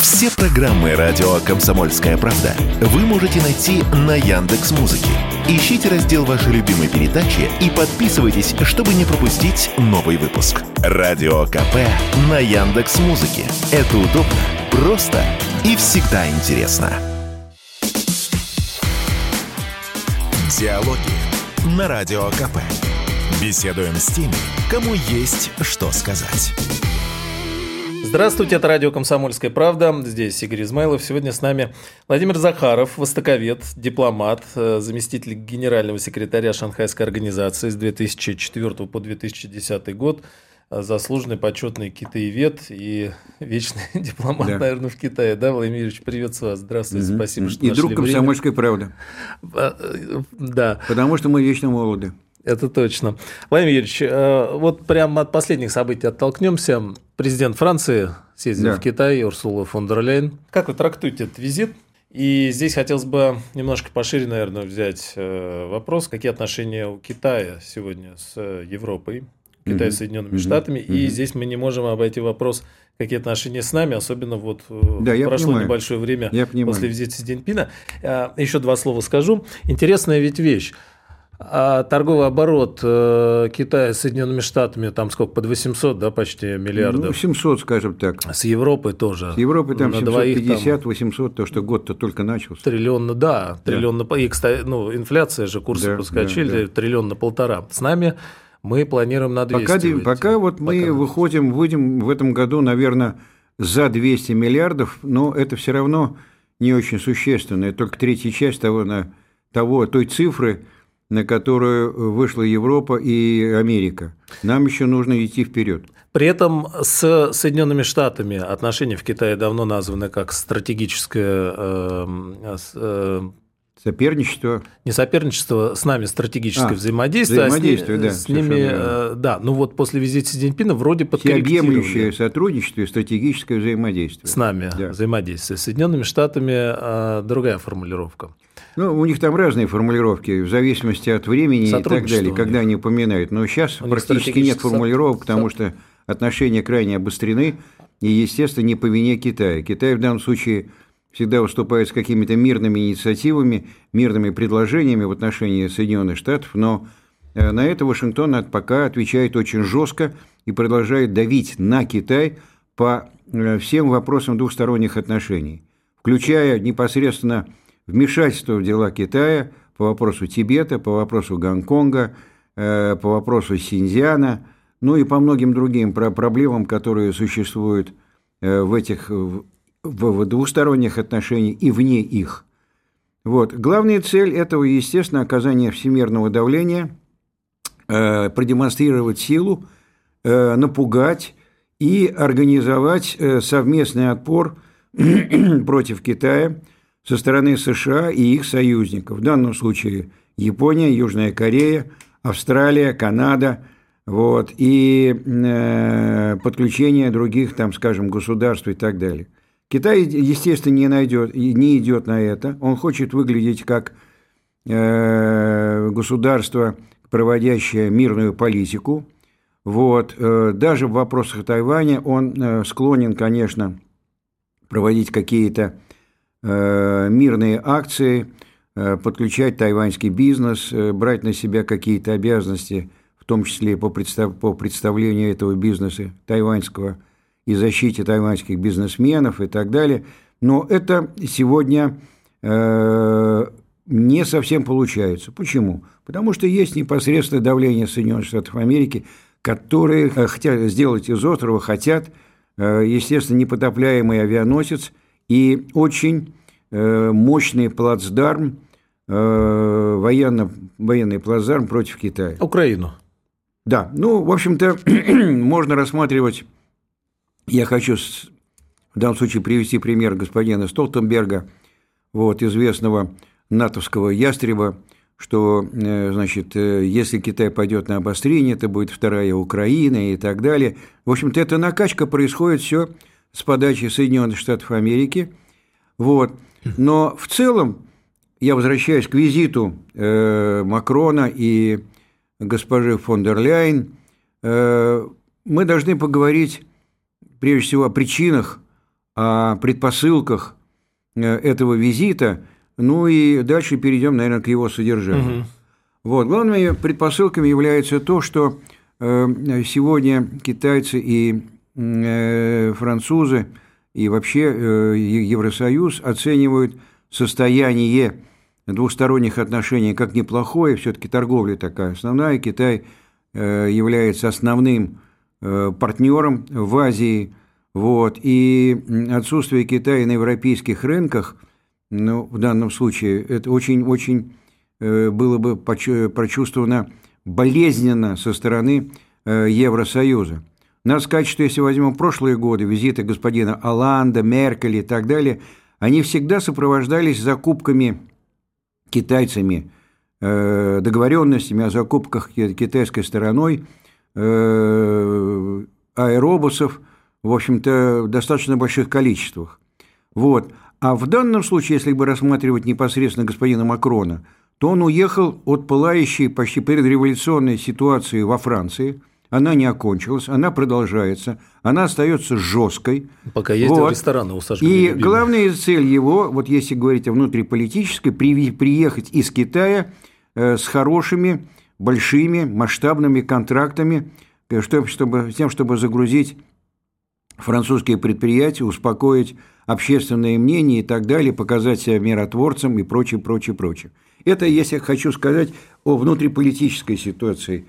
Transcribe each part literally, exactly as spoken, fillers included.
Все программы радио «Комсомольская правда» вы можете найти на Яндекс.Музыке. Ищите раздел вашей любимой передачи и подписывайтесь, чтобы не пропустить новый выпуск. Радио КП на Яндекс.Музыке. Это удобно, просто и всегда интересно. Диалоги на Радио КП. Беседуем с теми, кому есть что сказать. Здравствуйте, это радио «Комсомольская правда». Здесь Игорь Измайлов. Сегодня с нами Владимир Захаров, востоковед, дипломат, заместитель генерального секретаря Шанхайской организации с две тысячи четвёртого по две тысячи десятый год, заслуженный почетный китаевед и вечный дипломат, да. наверное, в Китае. Да, Владимир Юрьевич, приветствую вас. Здравствуйте, угу. спасибо, что и нашли друг «Комсомольской правды». Да. Потому что мы вечно молоды. Это точно. Владимир Юрьевич, вот прямо от последних событий оттолкнемся. Президент Франции съездил да. в Китай, Урсула фон дер Ляйен. Как вы трактуете этот визит? И здесь хотелось бы немножко пошире, наверное, взять вопрос, какие отношения у Китая сегодня с Европой, Китая mm-hmm. с Соединенными mm-hmm. Штатами. Mm-hmm. И здесь мы не можем обойти вопрос, какие отношения с нами, особенно вот да, прошло понимаю. небольшое время после визита Си Цзиньпина. Еще два слова скажу. Интересная ведь вещь. А торговый оборот Китая с Соединенными Штатами там сколько, под восемьсот, да, почти миллиардов? Ну, семьсот, скажем так. С Европой тоже. С Европой там семьсот пятьдесят восемьсот, то, что год-то только начался. Триллион, да, триллион, да. И, кстати, ну, инфляция же, курсы да, подскочили, да, да. триллион на полтора. С нами мы планируем на двести. Пока, пока вот пока. мы выходим, выйдем в этом году, наверное, за двести миллиардов, но это все равно не очень существенно. Это только третья часть того, на, того, той цифры, на которую вышла Европа и Америка. Нам еще нужно идти вперед. При этом с Соединенными Штатами отношения в Китае давно названы как стратегическое э, э, соперничество. Не соперничество, с нами стратегическое а, взаимодействие. Взаимодействие, а с, да. С ними, э, да. Ну вот после визита Си Цзиньпина вроде подкорректировали. Всеобъемлющее сотрудничество и стратегическое взаимодействие. С нами да. взаимодействие. С Соединенными Штатами э, другая формулировка. Ну, у них там разные формулировки, в зависимости от времени и так далее, когда они упоминают. Но сейчас практически нет формулировок, потому что отношения крайне обострены, и, естественно, не по вине Китая. Китай в данном случае всегда выступает с какими-то мирными инициативами, мирными предложениями в отношении Соединенных Штатов, но на это Вашингтон пока отвечает очень жестко и продолжает давить на Китай по всем вопросам двухсторонних отношений, включая непосредственно вмешательство в дела Китая по вопросу Тибета, по вопросу Гонконга, по вопросу Синьцзяна, ну и по многим другим проблемам, которые существуют в этих в двухсторонних отношениях и вне их. Вот. Главная цель этого, естественно, оказание всемирного давления, продемонстрировать силу, напугать и организовать совместный отпор против Китая со стороны США и их союзников. В данном случае Япония, Южная Корея, Австралия, Канада, вот, и э, подключение других, там, скажем, государств и так далее. Китай, естественно, не, найдет, не идет на это. Он хочет выглядеть как э, государство, проводящее мирную политику. Вот. Даже в вопросах Тайваня он э, склонен, конечно, проводить какие-то мирные акции, подключать тайваньский бизнес, брать на себя какие-то обязанности, в том числе по, представ... по представлению этого бизнеса тайваньского и защите тайваньских бизнесменов и так далее. Но это сегодня э, не совсем получается. Почему? Потому что есть непосредственное давление Соединенных Штатов Америки, которые хотят сделать из острова, хотят, э, естественно, непотопляемый авианосец, и очень э, мощный плацдарм, э, военно, военный плацдарм против Китая. Украину. Да, ну, в общем-то, можно рассматривать, я хочу в данном случае привести пример господина Столтенберга, вот, известного натовского ястреба, что, э, значит, э, если Китай пойдет на обострение, это будет вторая Украина и так далее. В общем-то, эта накачка происходит все с подачи Соединенных Штатов Америки. Вот. Но в целом, я возвращаюсь к визиту э, Макрона и госпожи фон дер Ляйен, э, мы должны поговорить прежде всего о причинах, о предпосылках этого визита, ну и дальше перейдем, наверное, к его содержанию. Угу. Вот. Главными предпосылками является то, что сегодня китайцы и французы и вообще Евросоюз оценивают состояние двусторонних отношений как неплохое, все-таки торговля такая основная, Китай является основным партнером в Азии, вот, и отсутствие Китая на европейских рынках, ну, в данном случае, это очень-очень было бы прочувствовано болезненно со стороны Евросоюза. Надо сказать, что если возьмем прошлые годы, визиты господина Олланда, Меркель и так далее, они всегда сопровождались закупками китайцами, договоренностями о закупках китайской стороной аэробусов, в общем-то, в достаточно больших количествах. Вот. А в данном случае, если бы рассматривать непосредственно господина Макрона, то он уехал от пылающей почти предреволюционной ситуации во Франции. Она не окончилась, она продолжается, она остается жесткой. Пока ездил вот. в рестораны у Саши. И главная цель его, вот если говорить о внутриполитической, приехать из Китая с хорошими, большими, масштабными контрактами, чтобы, с тем, чтобы загрузить французские предприятия, успокоить общественное мнение и так далее, показать себя миротворцем и прочее, прочее, прочее. Это, если я хочу сказать о внутриполитической ситуации,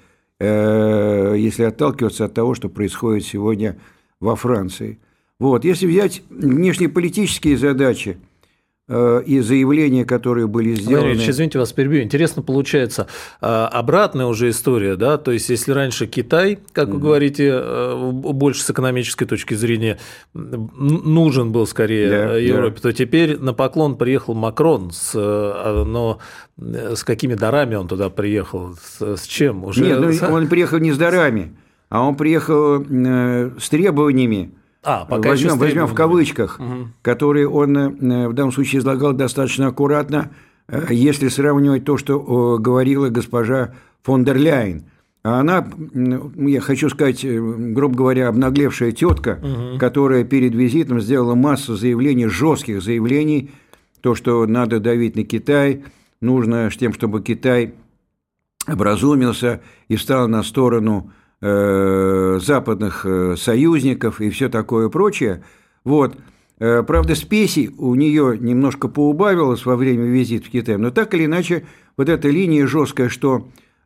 если отталкиваться от того, что происходит сегодня во Франции. Вот. Если взять внешнеполитические задачи и заявления, которые были сделаны... Валерий Ильич, извините, вас перебью. Интересно получается обратная уже история, да, то есть если раньше Китай, как вы mm-hmm. говорите, больше с экономической точки зрения нужен был скорее yeah, Европе, yeah. то теперь на поклон приехал Макрон, с, но с какими дарами он туда приехал, с, с чем? Уже... Нет, ну, он приехал не с дарами, а он приехал с требованиями. А, пока возьмем, возьмем в кавычках, угу. которые он в данном случае излагал достаточно аккуратно, если сравнивать то, что говорила госпожа фон дер Ляйен. Она, я хочу сказать, грубо говоря, обнаглевшая тетка, угу. которая перед визитом сделала массу заявлений, жестких заявлений, то, что надо давить на Китай, нужно с тем, чтобы Китай образумился и встал на сторону западных союзников и все такое прочее. Вот. Правда, спеси у нее немножко поубавилось во время визита в Китай, но так или иначе вот эта линия жесткая, что,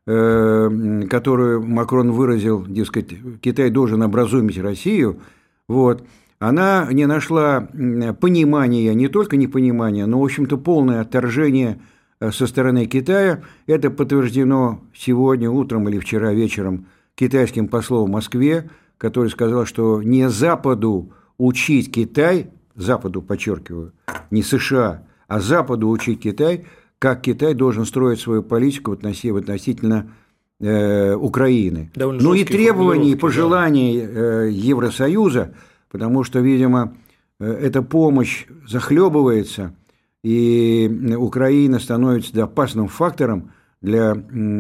которую Макрон выразил, дескать, Китай должен образумить Россию, вот, она не нашла понимания, не только непонимания, но, в общем-то, полное отторжение со стороны Китая. Это подтверждено сегодня утром или вчера вечером китайским послом в Москве, который сказал, что не Западу учить Китай, Западу, подчеркиваю, не США, а Западу учить Китай, как Китай должен строить свою политику относительно э, Украины. Довольно ну и требования, и пожелания да. э, Евросоюза, потому что, видимо, э, эта помощь захлебывается, и Украина становится опасным фактором для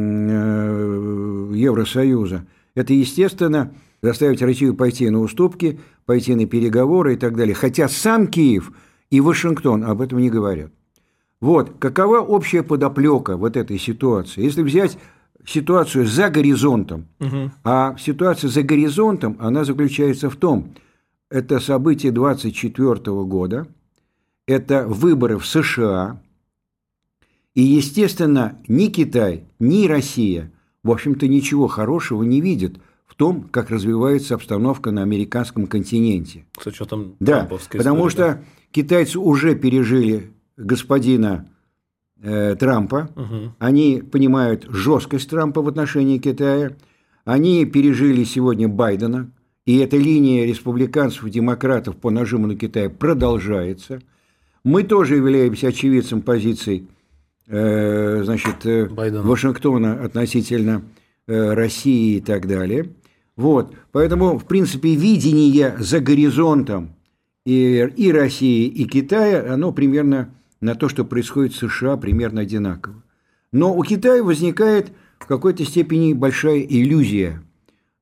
Евросоюза. Это, естественно, заставить Россию пойти на уступки, пойти на переговоры и так далее. Хотя сам Киев и Вашингтон об этом не говорят. Вот, какова общая подоплека вот этой ситуации? Если взять ситуацию за горизонтом, угу. а ситуация за горизонтом, она заключается в том, это события двадцать четвёртого года, это выборы в США, и, естественно, ни Китай, ни Россия, в общем-то, ничего хорошего не видят в том, как развивается обстановка на американском континенте. С учетом да, трамповской потому истории, что да. китайцы уже пережили господина э, Трампа, угу. они понимают жесткость Трампа в отношении Китая, они пережили сегодня Байдена, и эта линия республиканцев и демократов по нажиму на Китай продолжается. Мы тоже являемся очевидцем позиций значит, Байдена. Вашингтона относительно России и так далее. Вот. Поэтому, в принципе, видение за горизонтом и, и России, и Китая, оно примерно на то, что происходит в США, примерно одинаково. Но у Китая возникает в какой-то степени большая иллюзия.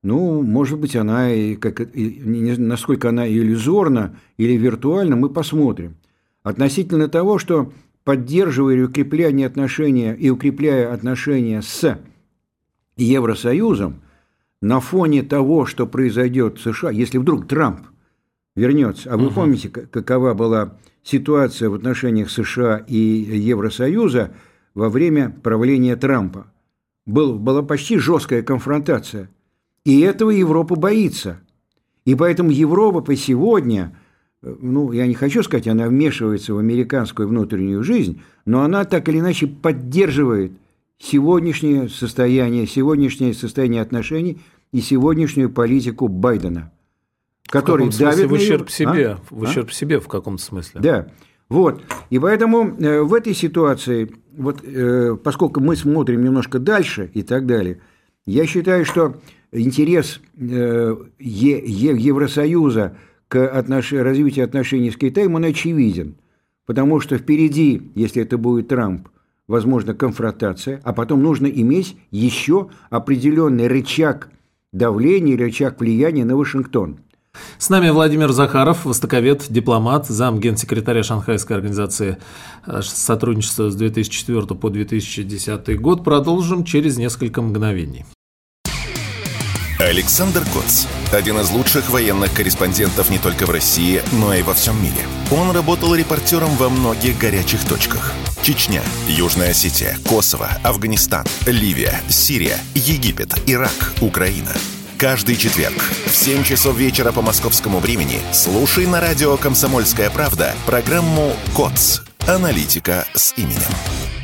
ну, может быть, она, и как, и, насколько она иллюзорна или виртуальна, мы посмотрим. Относительно того, что поддерживая и укрепляя отношения, и укрепляя отношения с Евросоюзом, на фоне того, что произойдет в США, если вдруг Трамп вернется, а вы угу. помните, какова была ситуация в отношениях США и Евросоюза во время правления Трампа? Был, была почти жесткая конфронтация. И этого Европа боится. И поэтому Европа по сегодня, ну, я не хочу сказать, она вмешивается в американскую внутреннюю жизнь, но она так или иначе поддерживает сегодняшнее состояние, сегодняшнее состояние отношений и сегодняшнюю политику Байдена, который в давит в ущерб на... себе, а? в ущерб а? себе в каком-то смысле. Да, вот. И поэтому э, в этой ситуации, вот, э, поскольку мы смотрим немножко дальше и так далее, я считаю, что интерес э, е- е- Евросоюза к отнош... развитию отношений с Китаем, он очевиден, потому что впереди, если это будет Трамп, возможно, конфронтация, а потом нужно иметь еще определенный рычаг давления, рычаг влияния на Вашингтон. С нами Владимир Захаров, востоковед, дипломат, зам генсекретаря Шанхайской организации сотрудничества с две тысячи четвёртого по две тысячи десятый год. Продолжим через несколько мгновений. Александр Коц – один из лучших военных корреспондентов не только в России, но и во всем мире. Он работал репортером во многих горячих точках. Чечня, Южная Осетия, Косово, Афганистан, Ливия, Сирия, Египет, Ирак, Украина. Каждый четверг в семь часов вечера по московскому времени слушай на радио «Комсомольская правда» программу «КОЦ. Аналитика с именем».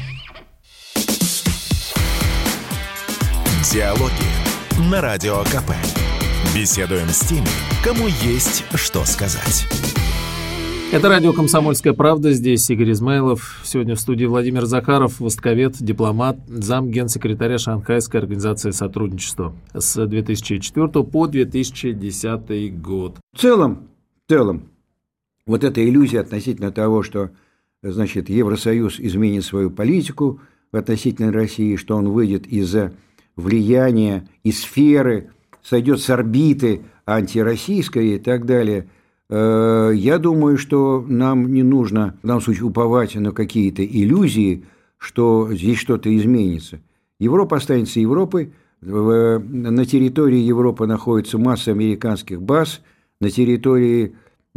Диалоги на Радио КП. Беседуем с теми, кому есть что сказать. Это радио «Комсомольская правда». Здесь Игорь Измайлов. Сегодня в студии Владимир Захаров, востоковед, дипломат, зам генсекретаря Шанхайской организации сотрудничества с две тысячи четвёртого по две тысячи десятый год. В целом, в целом, вот эта иллюзия относительно того, что, значит, Евросоюз изменит свою политику относительно России, что он выйдет из-за влияния и сферы, сойдет с орбиты антироссийской и так далее. Я думаю, что нам не нужно в данном случае уповать на какие-то иллюзии, что здесь что-то изменится. Европа останется Европой. На территории Европы находится масса американских баз. На территории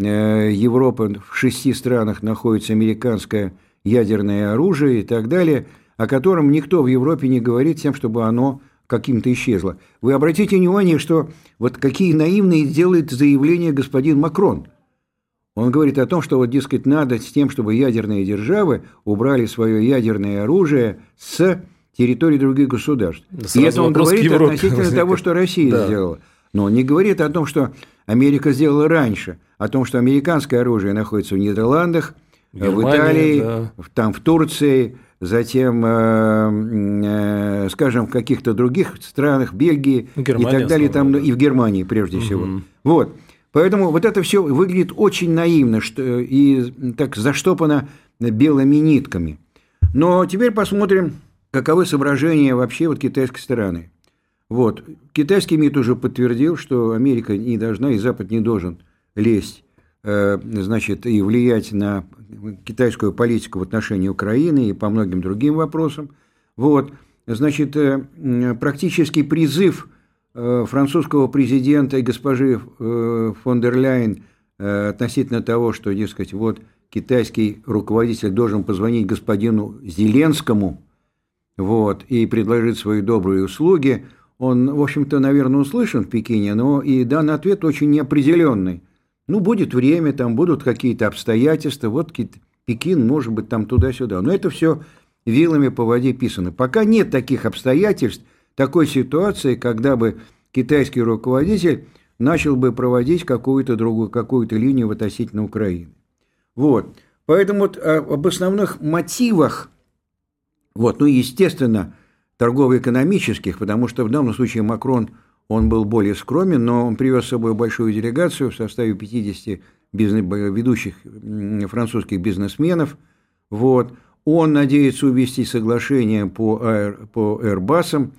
Европы в шести странах находится американское ядерное оружие и так далее, о котором никто в Европе не говорит тем, чтобы оно каким-то исчезло. Вы обратите внимание, что вот какие наивные делает заявления господин Макрон. Он говорит о том, что вот, дескать, надо с тем, чтобы ядерные державы убрали свое ядерное оружие с территории других государств. Да, и это он говорит относительно того, что Россия да. сделала. Но он не говорит о том, что Америка сделала раньше, о том, что американское оружие находится в Нидерландах, Германия, в Италии, да. там, в Турции, затем, э, э, скажем, в каких-то других странах, Бельгии Германия, и так далее, там, да. и в Германии прежде угу. всего. Вот. Поэтому вот это все выглядит очень наивно что, и так заштопано белыми нитками. Но теперь посмотрим, каковы соображения вообще вот китайской стороны. Вот. Китайский МИД уже подтвердил, что Америка не должна и Запад не должен лезть, э, значит, и влиять на китайскую политику в отношении Украины и по многим другим вопросам. Вот. Значит, э, практический призыв э, французского президента и госпожи э, фон дер Ляйен э, относительно того, что, дескать, вот китайский руководитель должен позвонить господину Зеленскому, вот, и предложить свои добрые услуги, он, в общем-то, наверное, услышан в Пекине, но и данный ответ очень неопределенный. Ну, будет время, там будут какие-то обстоятельства, вот Пекин, может быть, там туда-сюда. Но это все вилами по воде писано. Пока нет таких обстоятельств, такой ситуации, когда бы китайский руководитель начал бы проводить какую-то другую, какую-то линию в относительно Украины. Вот. Поэтому вот об основных мотивах, вот, ну, естественно, торгово-экономических, потому что в данном случае Макрон, он был более скромен, но он привез с собой большую делегацию в составе пятидесяти бизнес, ведущих французских бизнесменов. Вот. Он надеется увести соглашение по, по Airbus,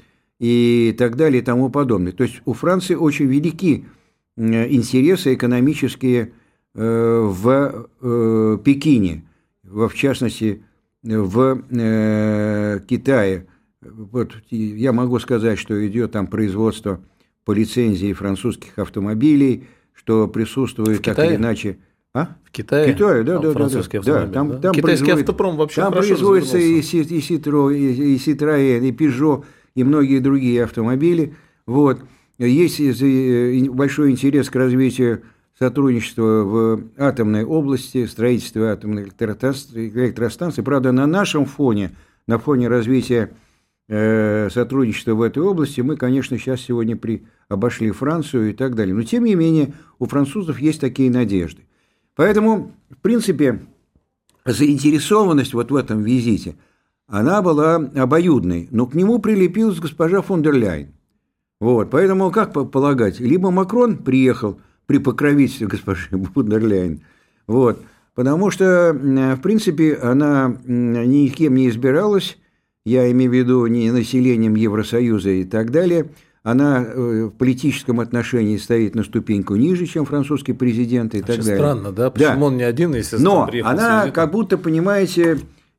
и так далее и тому подобное. То есть у Франции очень велики интересы экономические в Пекине, в частности, в Китае. Вот я могу сказать, что идет там производство по лицензии французских автомобилей, что присутствует так или иначе. А? В Китае? В Китае, да, да, да. да, там, да. Там Китайский автопром вообще Там производится и, и, и Citroën, и, и Citroën, и Peugeot, и многие другие автомобили. Вот. Есть большой интерес к развитию сотрудничества в атомной области, строительстве атомных электростанций. Правда, на нашем фоне, на фоне развития э, сотрудничества в этой области, мы, конечно, сейчас сегодня при, обошли Францию и так далее. Но, тем не менее, у французов есть такие надежды. Поэтому, в принципе, заинтересованность вот в этом визите, она была обоюдной, но к нему прилепилась госпожа фон дер Ляйен. Вот, поэтому, как полагать, либо Макрон приехал при покровительстве госпожи фон дер Ляйен, вот, потому что, в принципе, она никем не избиралась, я имею в виду не населением Евросоюза и так далее, она в политическом отношении стоит на ступеньку ниже, чем французский президент и Вообще так далее. Странно, да? Почему да. он не один, если Но приехал она, как будто, понимаете,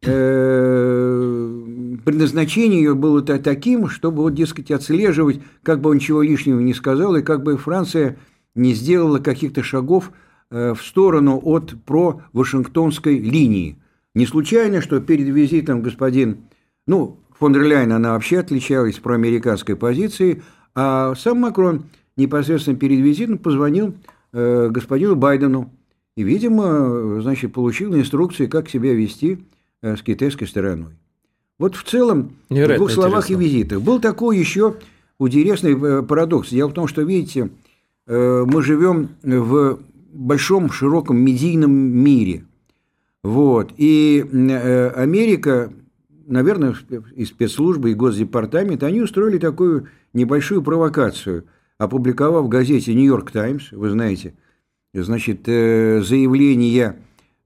предназначение ее было таким, чтобы, вот, дескать, отслеживать, как бы он ничего лишнего не сказал, и как бы Франция не сделала каких-то шагов в сторону от про-вашингтонской линии. Не случайно, что перед визитом господин, ну, фон дер Ляйен, она вообще отличалась проамериканской позицией, а сам Макрон непосредственно перед визитом позвонил э, господину Байдену и, видимо, значит, получил инструкции, как себя вести э, с китайской стороной. Вот в целом, в двух словах и визитах. Был такой еще интересный парадокс. Дело в том, что, видите, э, мы живем в большом, широком медийном мире. Вот. И э, Америка, наверное, и спецслужбы, и Госдепартамент, они устроили такую небольшую провокацию, опубликовав в газете «Нью-Йорк Таймс», вы знаете, значит, заявление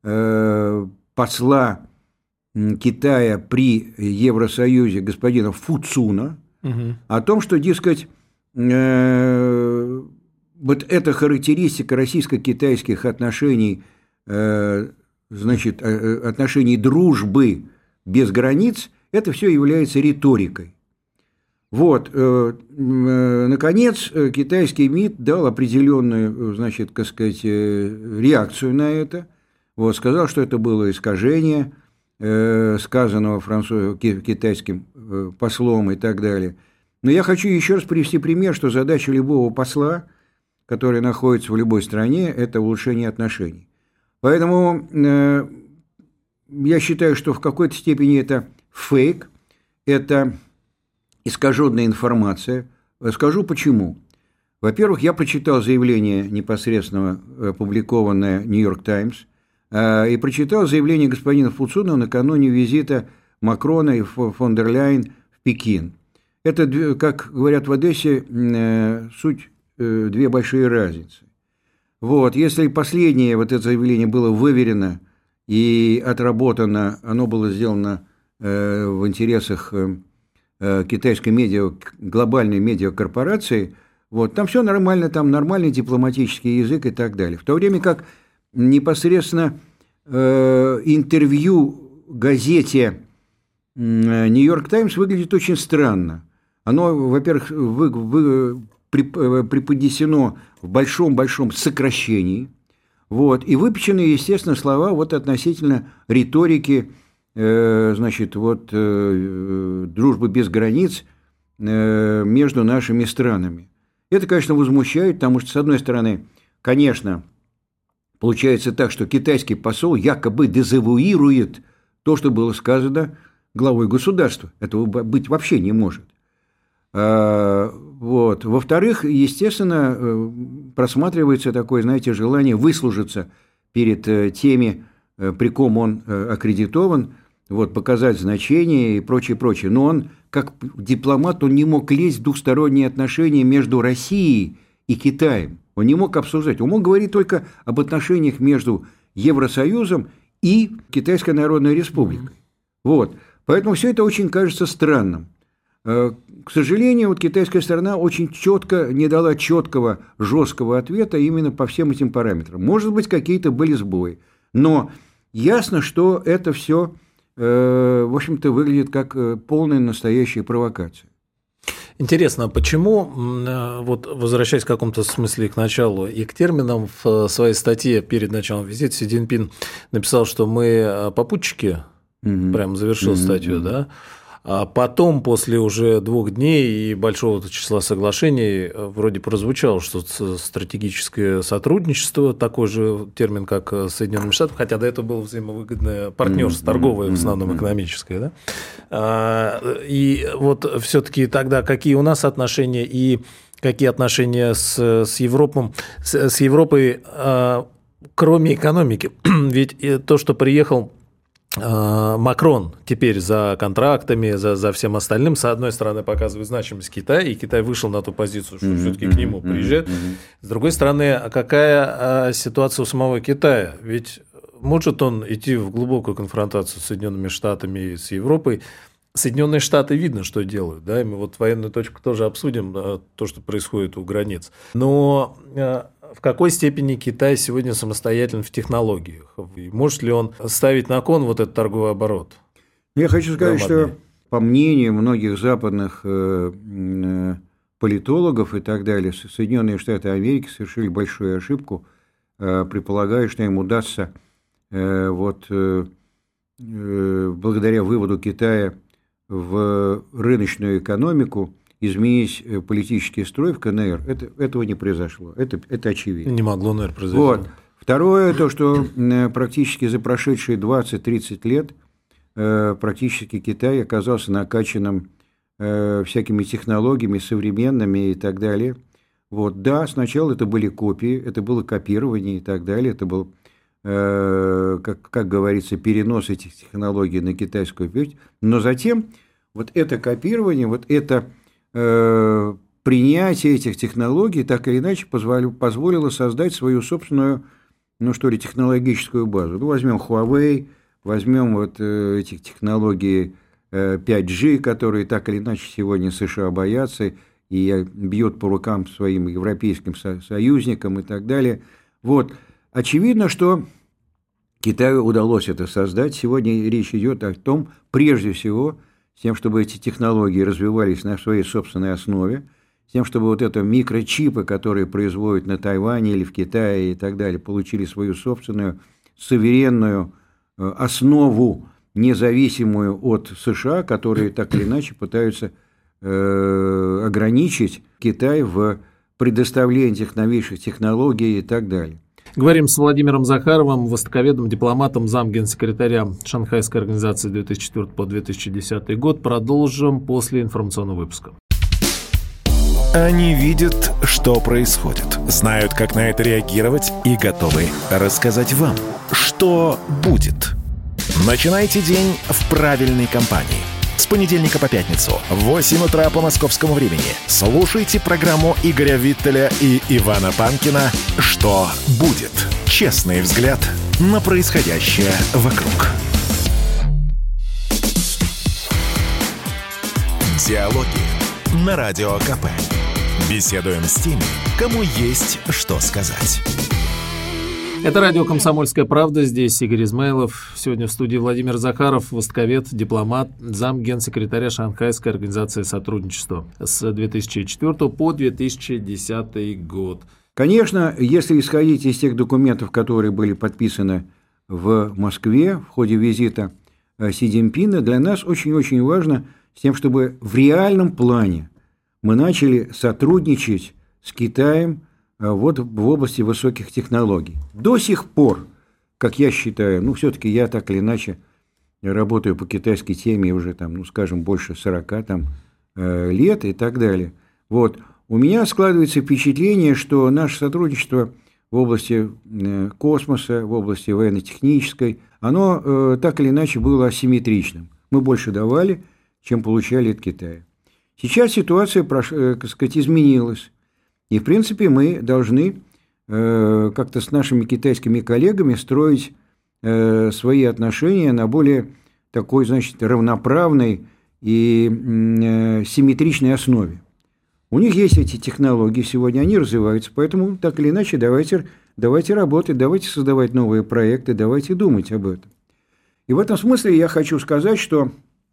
посла Китая при Евросоюзе господина Фуцуна угу. о том, что, дескать, вот эта характеристика российско-китайских отношений, значит, отношений дружбы без границ, это все является риторикой. Вот, э, э, наконец, китайский МИД дал определенную, значит, так сказать, реакцию на это. Вот, сказал, что это было искажение, э, сказанного француз... китайским э, послом и так далее. Но я хочу еще раз привести пример, что задача любого посла, который находится в любой стране, это улучшение отношений. Поэтому э, я считаю, что в какой-то степени это фейк, это искаженная информация. Скажу почему. Во-первых, я прочитал заявление непосредственно опубликованное «Нью-Йорк Таймс», и прочитал заявление господина Фуцуна накануне визита Макрона и фон дер Ляйен в Пекин. Это, как говорят в Одессе, суть две большие разницы. Вот, если последнее вот это заявление было выверено и отработано, оно было сделано в интересах китайской медиа, глобальной медиакорпорации, вот, там все нормально, там нормальный дипломатический язык и так далее. В то время как непосредственно э, интервью газете «Нью-Йорк Таймс» выглядит очень странно. Оно, во-первых, вы, вы, преподнесено в большом-большом сокращении, вот, и выпечены, естественно, слова вот относительно риторики, значит, вот, дружбы без границ между нашими странами. Это, конечно, возмущает, потому что, с одной стороны, конечно, получается так, что китайский посол якобы дезавуирует то, что было сказано главой государства. Этого быть вообще не может. Вот. Во-вторых, естественно, просматривается такое, знаете, желание выслужиться перед теми, при ком он аккредитован, вот, показать значение и прочее, прочее. Но он, как дипломат, он не мог лезть в двухсторонние отношения между Россией и Китаем. Он не мог обсуждать. Он мог говорить только об отношениях между Евросоюзом и Китайской Народной Республикой. Вот. Поэтому все это очень кажется странным. к сожалению, вот китайская сторона очень четко не дала четкого, жесткого ответа именно по всем этим параметрам. Может быть, какие-то были сбои, но ясно, что это все, в общем-то, выглядит как полная настоящая провокация. Интересно, почему, вот возвращаясь в каком-то смысле к началу и к терминам, в своей статье перед началом визита Си Цзиньпин написал, что мы попутчики, mm-hmm. прям завершил mm-hmm. статью, да, а потом, после уже двух дней и большого числа соглашений, вроде прозвучало, что стратегическое сотрудничество, такой же термин, как с Соединенными Штатами, хотя до этого было взаимовыгодное партнерство, mm-hmm. торговое, в основном экономическое. Да? И вот все-таки тогда какие у нас отношения и какие отношения с, с, Европом, с, с Европой, кроме экономики? Ведь то, что приехал Макрон теперь за контрактами, за, за всем остальным, с одной стороны, показывает значимость Китая, и Китай вышел на ту позицию, что mm-hmm. все-таки к нему приезжает. Mm-hmm. С другой стороны, какая ситуация у самого Китая? Ведь может он идти в глубокую конфронтацию с Соединенными Штатами и с Европой? Соединенные Штаты видно, что делают, да, и мы вот военную точку тоже обсудим, то, что происходит у границ. Но в какой степени Китай сегодня самостоятелен в технологиях? И может ли он ставить на кон вот этот торговый оборот? Я хочу сказать, громадный? Что по мнению многих западных политологов и так далее, Соединенные Штаты Америки совершили большую ошибку, предполагая, что им удастся вот, благодаря выводу Китая в рыночную экономику изменить политический строй в КНР. Это, этого не произошло. Это, это очевидно. Не могло, наверное, произойти. Вот. Второе, то, что практически за прошедшие двадцать-тридцать лет практически Китай оказался накачанным всякими технологиями современными и так далее. Вот. Да, сначала это были копии, это было копирование и так далее, это был, как, как говорится, перенос этих технологий на китайскую печь, но затем вот это копирование, вот это э, принятие этих технологий так или иначе позволило, позволило создать свою собственную, ну что ли, технологическую базу. Ну, возьмем Huawei, возьмем вот э, эти технологии э, пять джи, которые так или иначе сегодня США боятся и бьет по рукам своим европейским со- союзникам и так далее. Вот. Очевидно, что Китаю удалось это создать. Сегодня речь идет о том, прежде всего, с тем, чтобы эти технологии развивались на своей собственной основе, с тем, чтобы вот это микрочипы, которые производят на Тайване или в Китае и так далее, получили свою собственную суверенную основу, независимую от США, которые так или иначе пытаются э, ограничить Китай в предоставлении этих новейших технологий и так далее. Говорим с Владимиром Захаровым, востоковедом, дипломатом, замгенсекретаря Шанхайской организации две тысячи четвёртый по две тысячи десятый год. Продолжим после информационного выпуска. Они видят, что происходит, знают, как на это реагировать и готовы рассказать вам, что будет. Начинайте день в правильной компании. С понедельника по пятницу в восемь утра по московскому времени слушайте программу Игоря Виттеля и Ивана Панкина «Что будет?». Честный взгляд на происходящее вокруг. Диалоги на Радио КП. Беседуем с теми, кому есть что сказать. Это радио «Комсомольская правда». Здесь Игорь Измайлов. Сегодня в студии Владимир Захаров, востоковед, дипломат, замгенсекретаря Шанхайской организации сотрудничества с две тысячи четвёртого по две тысячи десятый год. Конечно, если исходить из тех документов, которые были подписаны в Москве в ходе визита Си Цзиньпина, для нас очень-очень важно с тем, чтобы в реальном плане мы начали сотрудничать с Китаем вот в области высоких технологий. До сих пор, как я считаю, ну, все-таки я так или иначе работаю по китайской теме уже, там, ну, скажем, больше сорока там, лет и так далее. Вот. У меня складывается впечатление, что наше сотрудничество в области космоса, в области военно-технической, оно так или иначе было асимметричным. Мы больше давали, чем получали от Китая. Сейчас ситуация, так сказать, изменилась. И, в принципе, мы должны э, как-то с нашими китайскими коллегами строить э, свои отношения на более такой, значит, равноправной и симметричной основе. У них есть эти технологии сегодня, они развиваются, поэтому так или иначе давайте, давайте работать, давайте создавать новые проекты, давайте думать об этом. И в этом смысле я хочу сказать, что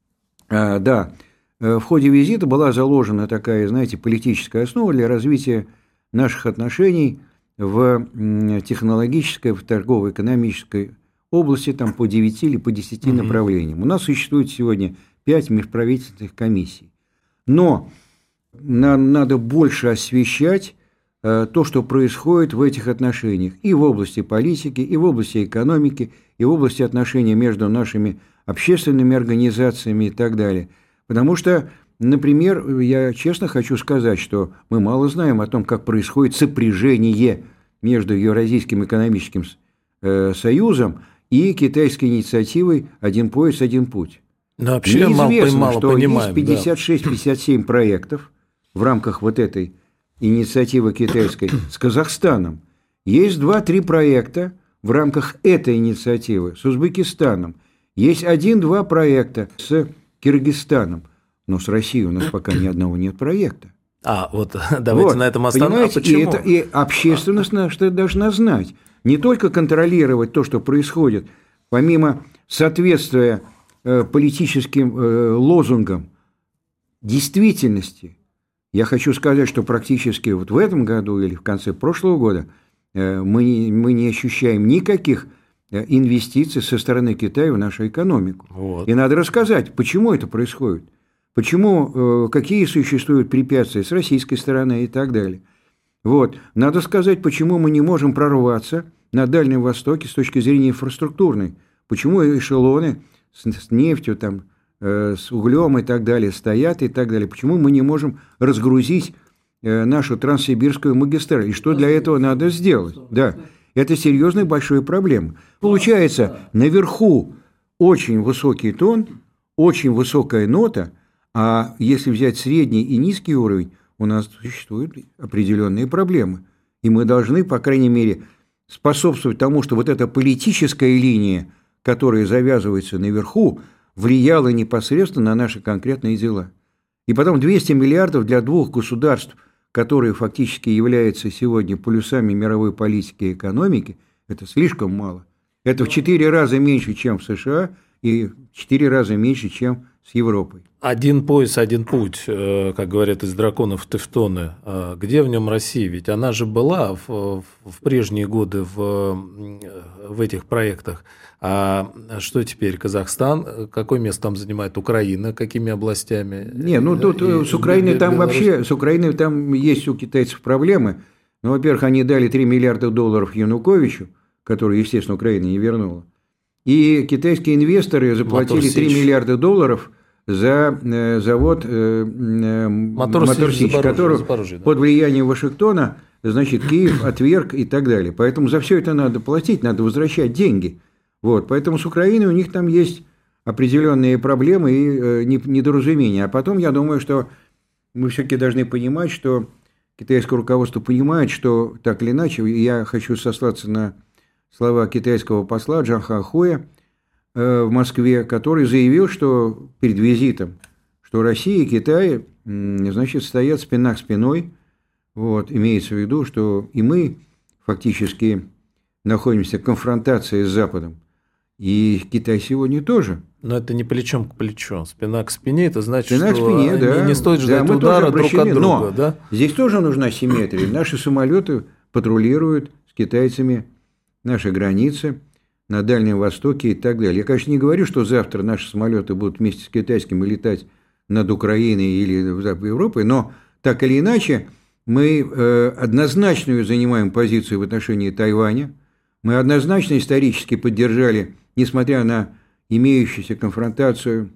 да, в ходе визита была заложена такая, знаете, политическая основа для развития наших отношений в технологической, в торгово-экономической области там, по девяти или по десяти mm-hmm. направлениям. У нас существует сегодня пять межправительственных комиссий. Но нам надо больше освещать э, то, что происходит в этих отношениях. И в области политики, и в области экономики, и в области отношений между нашими общественными организациями и так далее. Потому что, например, я честно хочу сказать, что мы мало знаем о том, как происходит сопряжение между Евразийским экономическим э, союзом и китайской инициативой «Один пояс, один путь». Но вообще Мне известно, мало, мало что понимаем, есть пятьдесят шесть - пятьдесят семь проектов в рамках вот этой инициативы китайской с Казахстаном. Есть два-три проекта в рамках этой инициативы с Узбекистаном. Есть один-два проекта с Киргизстаном. Но с Россией у нас пока ни одного нет проекта. А, вот давайте вот, на этом остановимся. А почему? И, это, и общественность наша должна знать. Не только контролировать то, что происходит, помимо соответствия э, политическим э, лозунгам действительности. Я хочу сказать, что практически вот в этом году или в конце прошлого года э, мы, мы не ощущаем никаких инвестиций со стороны Китая в нашу экономику. Вот. И надо рассказать, почему это происходит. Почему, какие существуют препятствия с российской стороны и так далее. Вот. Надо сказать, почему мы не можем прорваться на Дальнем Востоке с точки зрения инфраструктурной. Почему эшелоны с нефтью, там, с углем и так далее стоят и так далее. Почему мы не можем разгрузить нашу Транссибирскую магистраль. И что для этого надо сделать? Да. Это серьезная большая проблема. Получается, наверху очень высокий тон, очень высокая нота, а если взять средний и низкий уровень, у нас существуют определенные проблемы. И мы должны, по крайней мере, способствовать тому, что вот эта политическая линия, которая завязывается наверху, влияла непосредственно на наши конкретные дела. И потом двести миллиардов для двух государств, которые фактически являются сегодня полюсами мировой политики и экономики, это слишком мало. Это в четыре раза меньше, чем в США, и в четыре раза меньше, чем с Европой. Один пояс, один путь, как говорят из «Драконов Тевтоны». Где в нем Россия? Ведь она же была в, в прежние годы в, в этих проектах. А что теперь? Казахстан? Какое место там занимает Украина? Какими областями? Не, ну тут и, с Украиной там Беларусь... вообще, с Украиной там есть у китайцев проблемы. Ну, во-первых, они дали три миллиарда долларов Януковичу, который, естественно, Украина не вернула. И китайские инвесторы заплатили три миллиарда долларов за э, завод э, Мотор-Сич, который Запорожье, да. под влиянием Вашингтона, значит, Киев отверг и так далее. Поэтому за все это надо платить, надо возвращать деньги. Вот. Поэтому с Украиной у них там есть определенные проблемы и э, недоразумения. А потом, я думаю, что мы все-таки должны понимать, что китайское руководство понимает, что так или иначе, я хочу сослаться на слова китайского посла Джан Хахуя в Москве, который заявил, что перед визитом, что Россия и Китай, значит, стоят спина к спиной. Вот, имеется в виду, что и мы фактически находимся в конфронтации с Западом, и Китай сегодня тоже. Но это не плечом к плечу. Спина к спине, это значит, спина что к спине, да. не стоит ждать да, удара друг от друга. Но да? здесь тоже нужна симметрия. Наши самолеты патрулируют с китайцами наши границы на Дальнем Востоке и так далее. Я, конечно, не говорю, что завтра наши самолеты будут вместе с китайскими летать над Украиной или в Европой, но так или иначе мы э, однозначную занимаем позицию в отношении Тайваня. Мы однозначно исторически поддержали, несмотря на имеющуюся конфронтацию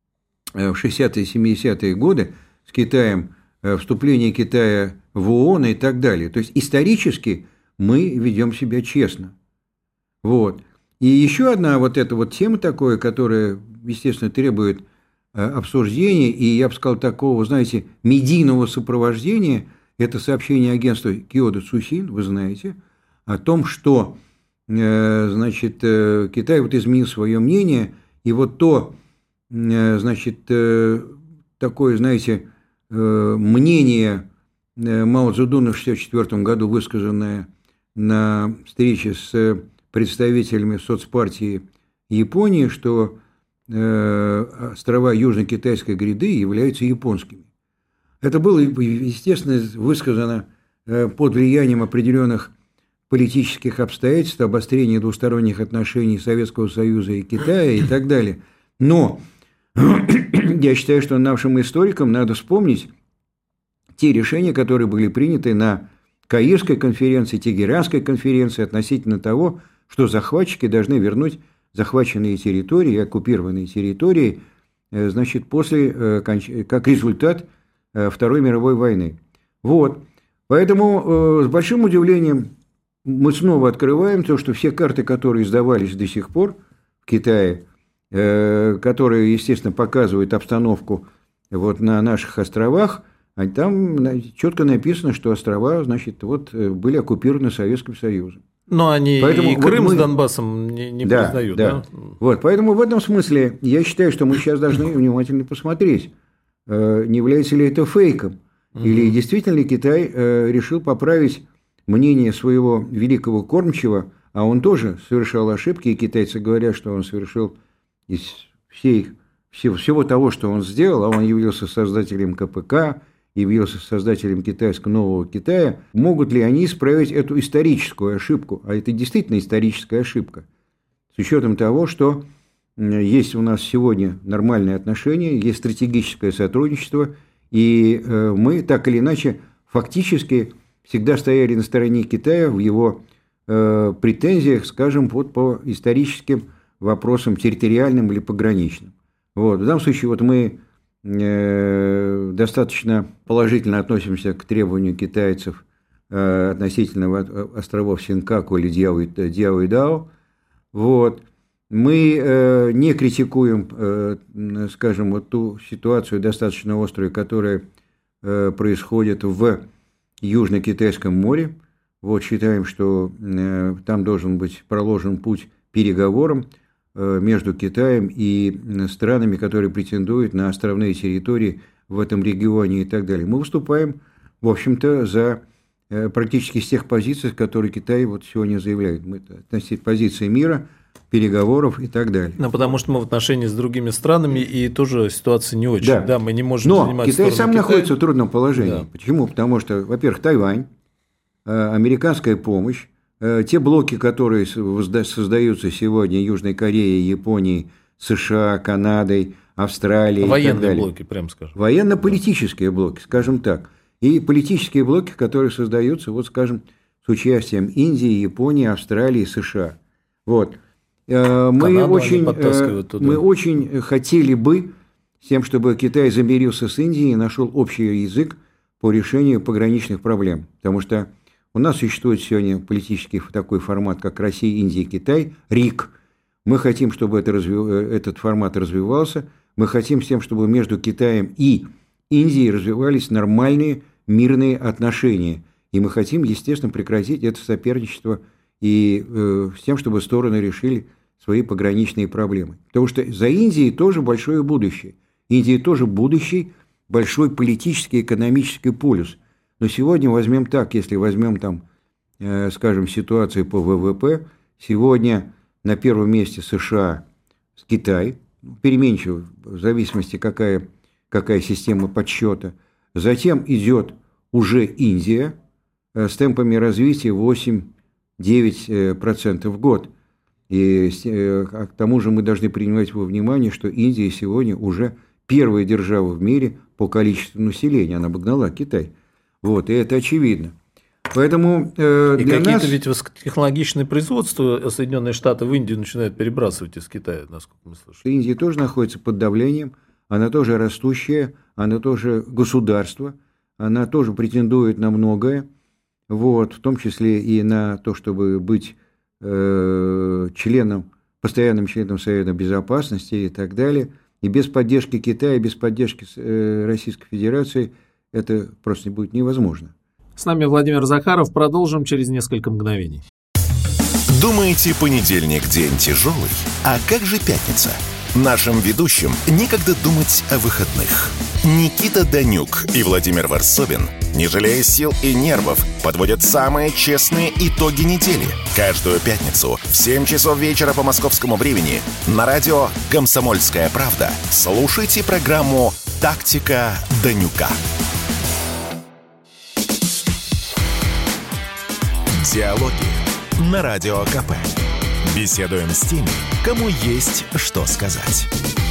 в шестидесятые и семидесятые годы с Китаем, э, вступление Китая в ООН и так далее. То есть исторически мы ведем себя честно. Вот. И еще одна вот эта вот тема такая, которая, естественно, требует э, обсуждения, и я бы сказал, такого, знаете, медийного сопровождения, это сообщение агентства Киода Цусин, вы знаете, о том, что, э, значит, э, Китай вот изменил свое мнение, и вот то значит, такое, знаете, мнение Мао Цзэдуна в шестьдесят четвёртом году, высказанное на встрече с представителями соцпартии Японии, что острова Южно-Китайской гряды являются японскими. Это было, естественно, высказано под влиянием определенных политических обстоятельств, обострения двусторонних отношений Советского Союза и Китая и так далее. Но я считаю, что нашим историкам надо вспомнить те решения, которые были приняты на Каирской конференции, Тегеранской конференции относительно того, что захватчики должны вернуть захваченные территории, оккупированные территории, значит, после, как результат Второй мировой войны. Вот. Поэтому с большим удивлением мы снова открываем то, что все карты, которые издавались до сих пор в Китае, которые, естественно, показывают обстановку вот на наших островах, там четко написано, что острова, значит, вот были оккупированы Советским Союзом. Но они поэтому и Крым вот мы... с Донбассом не, не да, признают, да? да? Вот, поэтому в этом смысле я считаю, что мы сейчас должны внимательно посмотреть, не является ли это фейком, угу. или действительно ли Китай решил поправить мнение своего великого кормчего, а он тоже совершал ошибки, и китайцы говорят, что он совершил из всей, всего, всего того, что он сделал, а он явился создателем ка пэ ка, явился создателем китайского нового Китая, могут ли они исправить эту историческую ошибку, а это действительно историческая ошибка, с учетом того, что есть у нас сегодня нормальные отношения, есть стратегическое сотрудничество, и мы так или иначе фактически всегда стояли на стороне Китая в его претензиях, скажем, вот по историческим вопросам территориальным или пограничным. Вот. В данном случае вот мы достаточно положительно относимся к требованию китайцев относительно островов Сенкаку или Дяо и Дао. Вот. Мы не критикуем, скажем, вот ту ситуацию достаточно острую, которая происходит в Южно-Китайском море. Вот, считаем, что там должен быть проложен путь переговорам между Китаем и странами, которые претендуют на островные территории в этом регионе и так далее. Мы выступаем, в общем-то, за практически с тех позиций, которые Китай вот сегодня заявляет. Мы относительно позиции мира, переговоров и так далее. Ну, потому что мы в отношении с другими странами, и тоже ситуация не очень. Да, да мы не можем Но занимать Китай сам Китая. находится в трудном положении. Да. Почему? Потому что, во-первых, Тайвань, американская помощь, те блоки, которые создаются сегодня Южной Кореей, Японией, США, Канадой, Австралией военные и так далее. блоки, прям скажем. Военно-политические блоки, скажем так. И политические блоки, которые создаются, вот, скажем, с участием Индии, Японии, Австралии, США. Вот. Мы очень, мы очень хотели бы с тем, чтобы Китай замирился с Индией и нашел общий язык по решению пограничных проблем. Потому что у нас существует сегодня политический такой формат, как Россия, Индия, Китай, РИК. Мы хотим, чтобы это развив... этот формат развивался. Мы хотим с тем, чтобы между Китаем и Индией развивались нормальные мирные отношения. И мы хотим, естественно, прекратить это соперничество и э, с тем, чтобы стороны решили свои пограничные проблемы. Потому что за Индией тоже большое будущее. Индия тоже будущий большой политический, экономический полюс. Но сегодня возьмем так, если возьмем там, э, скажем, ситуацию по вэ вэ пэ, сегодня на первом месте США, Китай, переменчиво, в зависимости, какая, какая система подсчета. Затем идет уже Индия э, с темпами развития восемь-девять процентов в год. И э, к тому же мы должны принимать во внимание, что Индия сегодня уже первая держава в мире по количеству населения. Она обогнала Китай. Вот, и это очевидно. Поэтому э, и для какие-то нас... ведь высокотехнологичные производства Соединенные Штаты в Индию начинают перебрасывать из Китая, насколько мы слышали. Индия тоже находится под давлением, она тоже растущая, она тоже государство, она тоже претендует на многое, вот, в том числе и на то, чтобы быть э, членом, постоянным членом Совета Безопасности и так далее. И без поддержки Китая, без поддержки э, Российской Федерации это просто будет невозможно. С нами Владимир Захаров. Продолжим через несколько мгновений. Думаете, понедельник день тяжелый? А как же пятница? Нашим ведущим некогда думать о выходных. Никита Данюк и Владимир Варсобин, не жалея сил и нервов, подводят самые честные итоги недели. Каждую пятницу в семь часов вечера по московскому времени на радио «Комсомольская правда» слушайте программу «Тактика Данюка». Диалоги на Радио КП. Беседуем с теми, кому есть что сказать.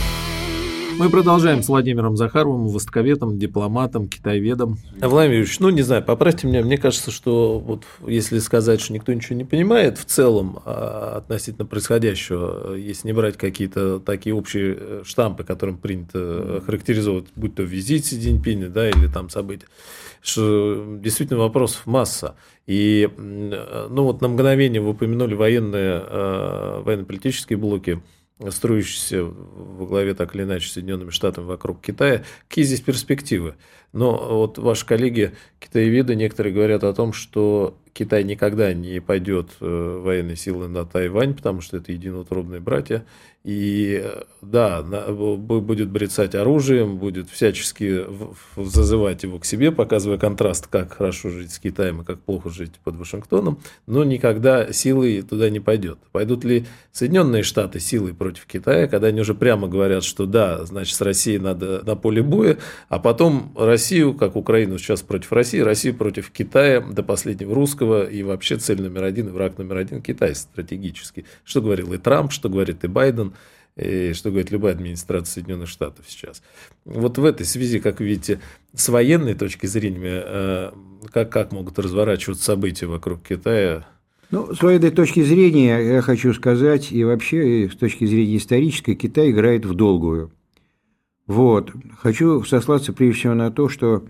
Мы продолжаем с Владимиром Захаровым, востоковедом, дипломатом, китаеведом. Владимир Юрьевич, ну не знаю, поправьте меня, мне кажется, что вот если сказать, что никто ничего не понимает в целом относительно происходящего, если не брать какие-то такие общие штампы, которым принято характеризовать, будь то визит Си Цзиньпиня, да, или там события, что действительно вопросов масса. И ну вот на мгновение вы упомянули военные, военно-политические блоки, строящиеся во главе так или иначе Соединенными Штатами вокруг Китая. Какие здесь перспективы? Но вот ваши коллеги китаеведы некоторые говорят о том, что Китай никогда не пойдет военной силой на Тайвань, потому что это единоутробные братья. И да, будет брецать оружием, будет всячески зазывать его к себе, показывая контраст, как хорошо жить с Китаем и как плохо жить под Вашингтоном, но никогда силой туда не пойдет. Пойдут ли Соединенные Штаты силой против Китая, когда они уже прямо говорят, что да, значит, с Россией надо на поле боя, а потом Россию, как Украину сейчас против России, Россию против Китая до последнего русского, и вообще цель номер один и враг номер один Китай стратегически. Что говорил и Трамп, что говорит и Байден, и что говорит любая администрация Соединенных Штатов сейчас. Вот в этой связи, как вы видите, с военной точки зрения, как, как могут разворачиваться события вокруг Китая? Ну, с военной точки зрения, я хочу сказать, и вообще, и с точки зрения исторической, Китай играет в долгую. Вот. Хочу сослаться прежде всего на то, что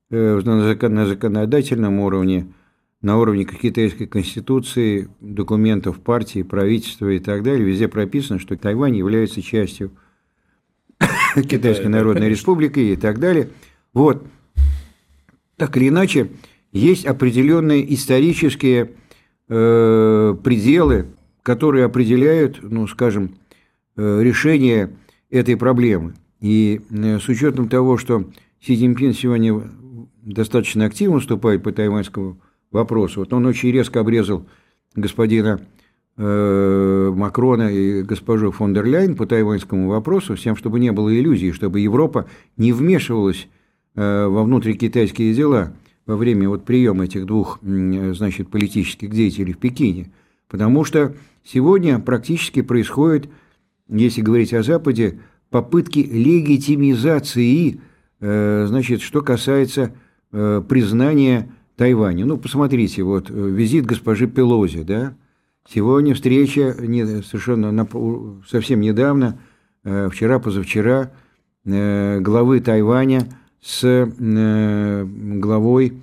на законодательном уровне, на уровне китайской конституции, документов партии, правительства и так далее, везде прописано, что Тайвань является частью Китайской Народной Республики и так далее. Вот. Так или иначе, есть определенные исторические э, пределы, которые определяют, ну, скажем, э, решение этой проблемы. И э, с учетом того, что Си Цзиньпин сегодня достаточно активно выступает по тайваньскому вопросу. Вот он очень резко обрезал господина э, Макрона и госпожу фон дер Ляйен по тайваньскому вопросу, с тем, чтобы не было иллюзий, чтобы Европа не вмешивалась э, во внутрикитайские дела во время вот приема этих двух, значит, политических деятелей в Пекине. Потому что сегодня практически происходит, если говорить о Западе, попытки легитимизации, э, значит, что касается э, признания Тайваня. Ну, посмотрите, вот визит госпожи Пелози, да, сегодня встреча не, совершенно совсем недавно, вчера-позавчера, главы Тайваня с главой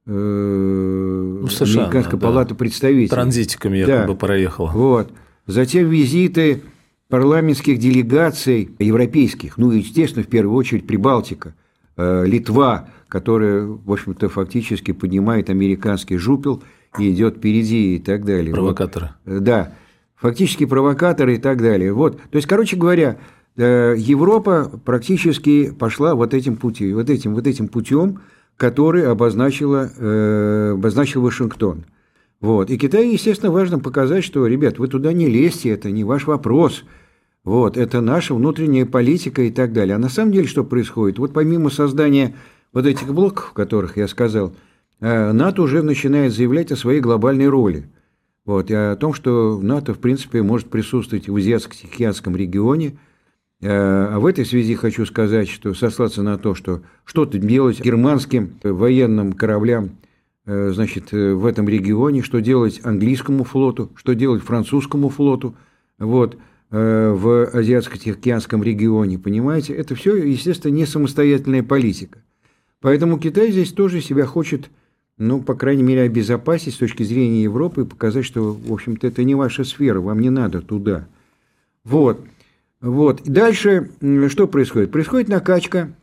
ну, США, Американской да, палаты представителей. Транзитиками якобы да. проехала. Вот. Затем визиты парламентских делегаций европейских, ну, естественно, в первую очередь Прибалтика, Литва, которая, в общем-то, фактически поднимает американский жупел и идет впереди и так далее. Провокаторы. Вот. Да, фактически провокаторы и так далее. Вот. То есть, короче говоря, Европа практически пошла вот этим путем, вот этим, вот этим путем, который обозначила, э, обозначил Вашингтон. Вот. И Китаю, естественно, важно показать, что, ребят, вы туда не лезьте, это не ваш вопрос. Вот, это наша внутренняя политика и так далее. А на самом деле что происходит? Вот помимо создания вот этих блоков, о которых я сказал, НАТО уже начинает заявлять о своей глобальной роли. Вот, и о том, что НАТО, в принципе, может присутствовать в Азиатско-Тихоокеанском регионе. А в этой связи хочу сказать, что сослаться на то, что что-то делать германским военным кораблям, значит, в этом регионе, что делать английскому флоту, что делать французскому флоту, вот, в Азиатско-Тихоокеанском регионе, понимаете, это все, естественно, не самостоятельная политика. Поэтому Китай здесь тоже себя хочет, ну, по крайней мере, обезопасить с точки зрения Европы и показать, что, в общем-то, это не ваша сфера, вам не надо туда. Вот. Вот. И дальше что происходит? Происходит накачка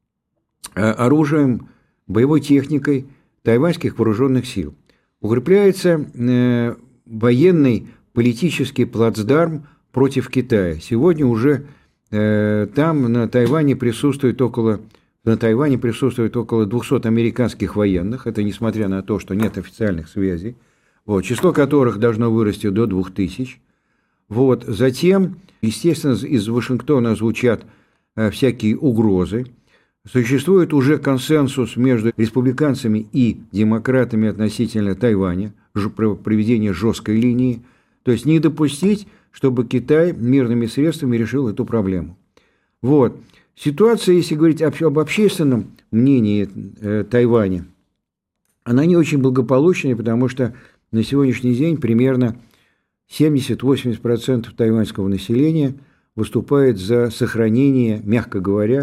оружием, боевой техникой тайваньских вооруженных сил. Укрепляется э, военный политический плацдарм против Китая. Сегодня уже Там на Тайване присутствует около, на Тайване присутствует около двухсот американских военных, это несмотря на то, что нет официальных связей, вот, число которых должно вырасти до двух тысяч. Вот. Затем, естественно, из Вашингтона звучат всякие угрозы. Существует уже консенсус между республиканцами и демократами относительно Тайваня, проведение жесткой линии, то есть не допустить, чтобы Китай мирными средствами решил эту проблему. Вот. Ситуация, если говорить об общественном мнении Тайваня, она не очень благополучная, потому что на сегодняшний день примерно семьдесят-восемьдесят процентов тайваньского населения выступает за сохранение, мягко говоря,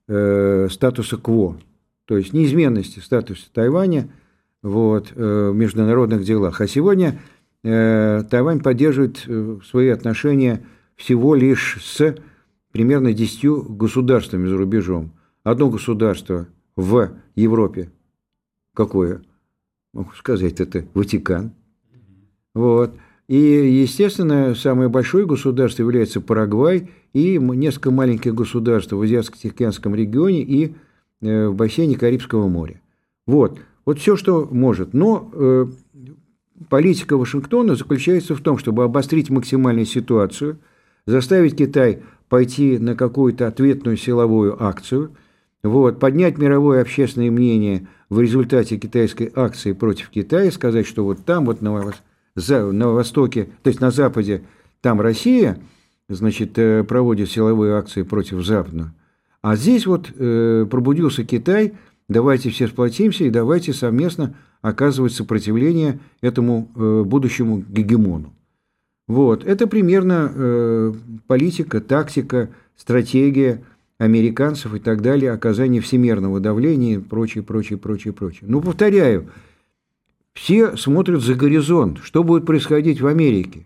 э, статуса кво, то есть неизменности статуса Тайваня вот, э, в международных делах. А сегодня э, Тайвань поддерживает э, свои отношения всего лишь с примерно десятью государствами за рубежом. Одно государство в Европе, какое? Могу сказать, это Ватикан. Вот. И, естественно, самое большое государство является Парагвай и несколько маленьких государств в Азиатско-Тихоокеанском регионе и в бассейне Карибского моря. Вот. Вот все, что может. Но э, политика Вашингтона заключается в том, чтобы обострить максимально ситуацию, заставить Китай пойти на какую-то ответную силовую акцию, вот, поднять мировое общественное мнение в результате китайской акции против Китая, сказать, что вот там, вот на вас на Востоке, то есть на Западе, там Россия, значит, проводит силовые акции против Запада. А здесь вот э, пробудился Китай, давайте все сплотимся и давайте совместно оказывать сопротивление этому э, будущему гегемону. Вот. Это примерно э, политика, тактика, стратегия американцев и так далее, оказание всемирного давления и прочее, прочее, прочее, прочее. Ну, повторяю, все смотрят за горизонт, что будет происходить в Америке.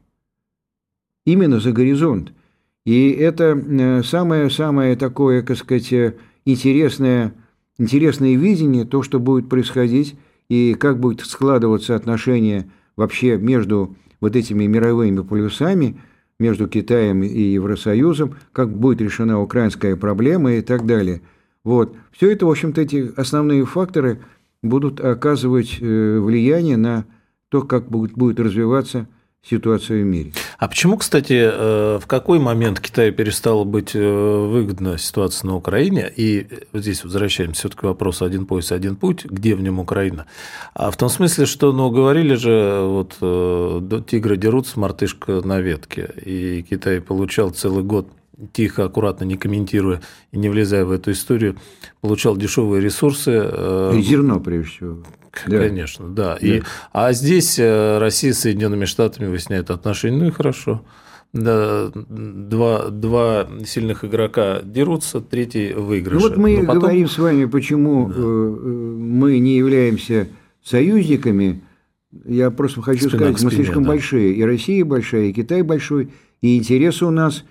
Именно за горизонт. И это самое-самое такое, так сказать, интересное, интересное видение, то, что будет происходить, и как будет складываться отношения вообще между вот этими мировыми полюсами, между Китаем и Евросоюзом, как будет решена украинская проблема и так далее. Вот. Все это, в общем-то, эти основные факторы будут оказывать влияние на то, как будет развиваться ситуация в мире. А почему, кстати, в какой момент Китаю перестала быть выгодна ситуация на Украине? И здесь возвращаемся все-таки к вопросу «один пояс, один путь», где в нем Украина? А в том смысле, что, ну, говорили же, вот тигры дерутся, мартышка на ветке, и Китай получал целый год, тихо, аккуратно, не комментируя и не влезая в эту историю, получал дешевые ресурсы. И зерно, прежде всего. Конечно, да. да. И, а здесь Россия с Соединенными Штатами выясняют отношения, ну и хорошо. Да, два, два сильных игрока дерутся, третий выигрыш. Ну вот мы потом... говорим с вами, почему да. мы не являемся союзниками. Я просто хочу спина сказать, мы спине, слишком да. большие. И Россия большая, и Китай большой, и интересы у нас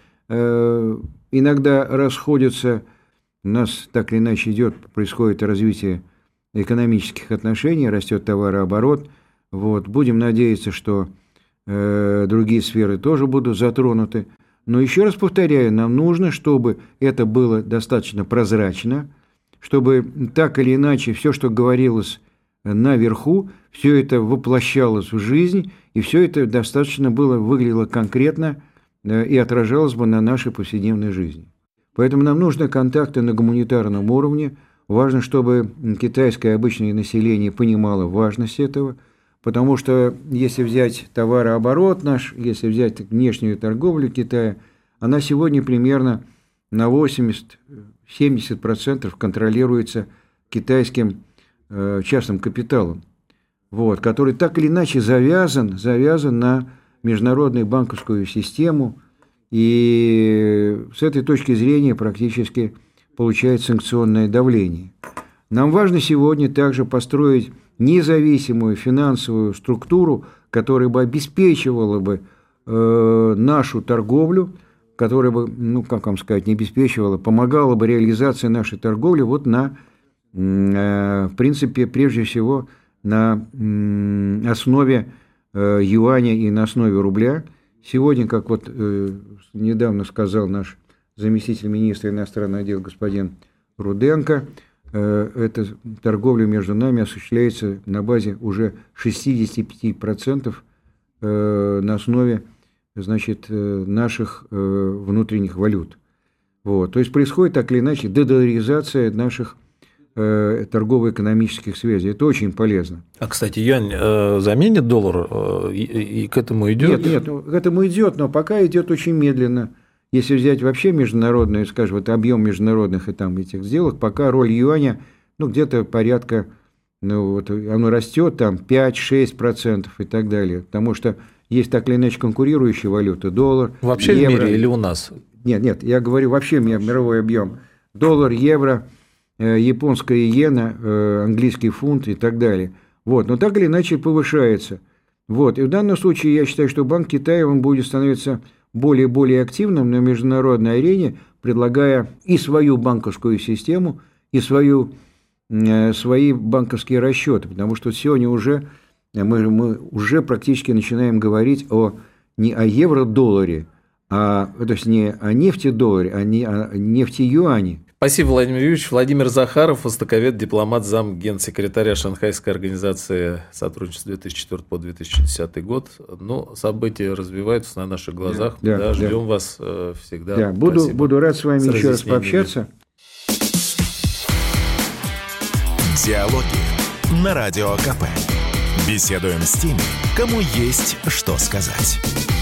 иногда расходятся, у нас так или иначе идет, происходит развитие экономических отношений, растет товарооборот. Вот. Будем надеяться, что э, другие сферы тоже будут затронуты. Но еще раз повторяю, нам нужно, чтобы это было достаточно прозрачно, чтобы так или иначе все, что говорилось наверху, все это воплощалось в жизнь, и все это достаточно было, выглядело конкретно и отражалось бы на нашей повседневной жизни. Поэтому нам нужны контакты на гуманитарном уровне. Важно, чтобы китайское обычное население понимало важность этого, потому что если взять товарооборот наш, если взять внешнюю торговлю Китая, она сегодня примерно на восемьдесят-семьдесят процентов контролируется китайским э, частным капиталом, вот, который так или иначе завязан, завязан на международную банковскую систему, и с этой точки зрения практически получает санкционное давление. Нам важно сегодня также построить независимую финансовую структуру, которая бы обеспечивала бы э, нашу торговлю, которая бы, ну, как вам сказать, не обеспечивала, помогала бы реализации нашей торговли вот на, э, в принципе, прежде всего, на э, основе э, юаня и на основе рубля. Сегодня, как вот э, недавно сказал наш заместитель министра иностранных дел господин Руденко. Эта торговля между нами осуществляется на базе уже шестьдесят пять процентов на основе, значит, наших внутренних валют. Вот. То есть происходит так или иначе дедоларизация наших торгово-экономических связей. Это очень полезно. А, кстати, юань э, заменит доллар э, и, и к этому идет? Нет, нет, к этому идет, но пока идет очень медленно. Если взять вообще международные, скажем, вот объем международных и там этих сделок, пока роль юаня, ну, где-то порядка, ну, вот оно растет там пять-шесть процентов и так далее. Потому что есть так или иначе конкурирующие валюты. Доллар, вообще евро. В мире или у нас? Нет, нет, я говорю вообще мировой объем. Доллар, евро, японская иена, английский фунт и так далее. Вот. Но так или иначе повышается. Вот. И в данном случае я считаю, что Банк Китая он будет становиться более и более активным на международной арене, предлагая и свою банковскую систему, и свою, свои банковские расчеты. Потому что сегодня уже мы, мы уже практически начинаем говорить о, не о евро-долларе, а, то есть не о нефти-долларе, а не о нефти-юане. Спасибо, Владимир Юрьевич. Владимир Захаров, востоковед, дипломат, зам генсекретаря Шанхайской организации сотрудничества две тысячи четвёртый по две тысячи десятый год. Но события развиваются на наших глазах. Да, да, да, ждем да. вас всегда. Да, буду, буду рад с вами с еще раз пообщаться. Диалоги на Радио КП. Беседуем с теми, кому есть что сказать.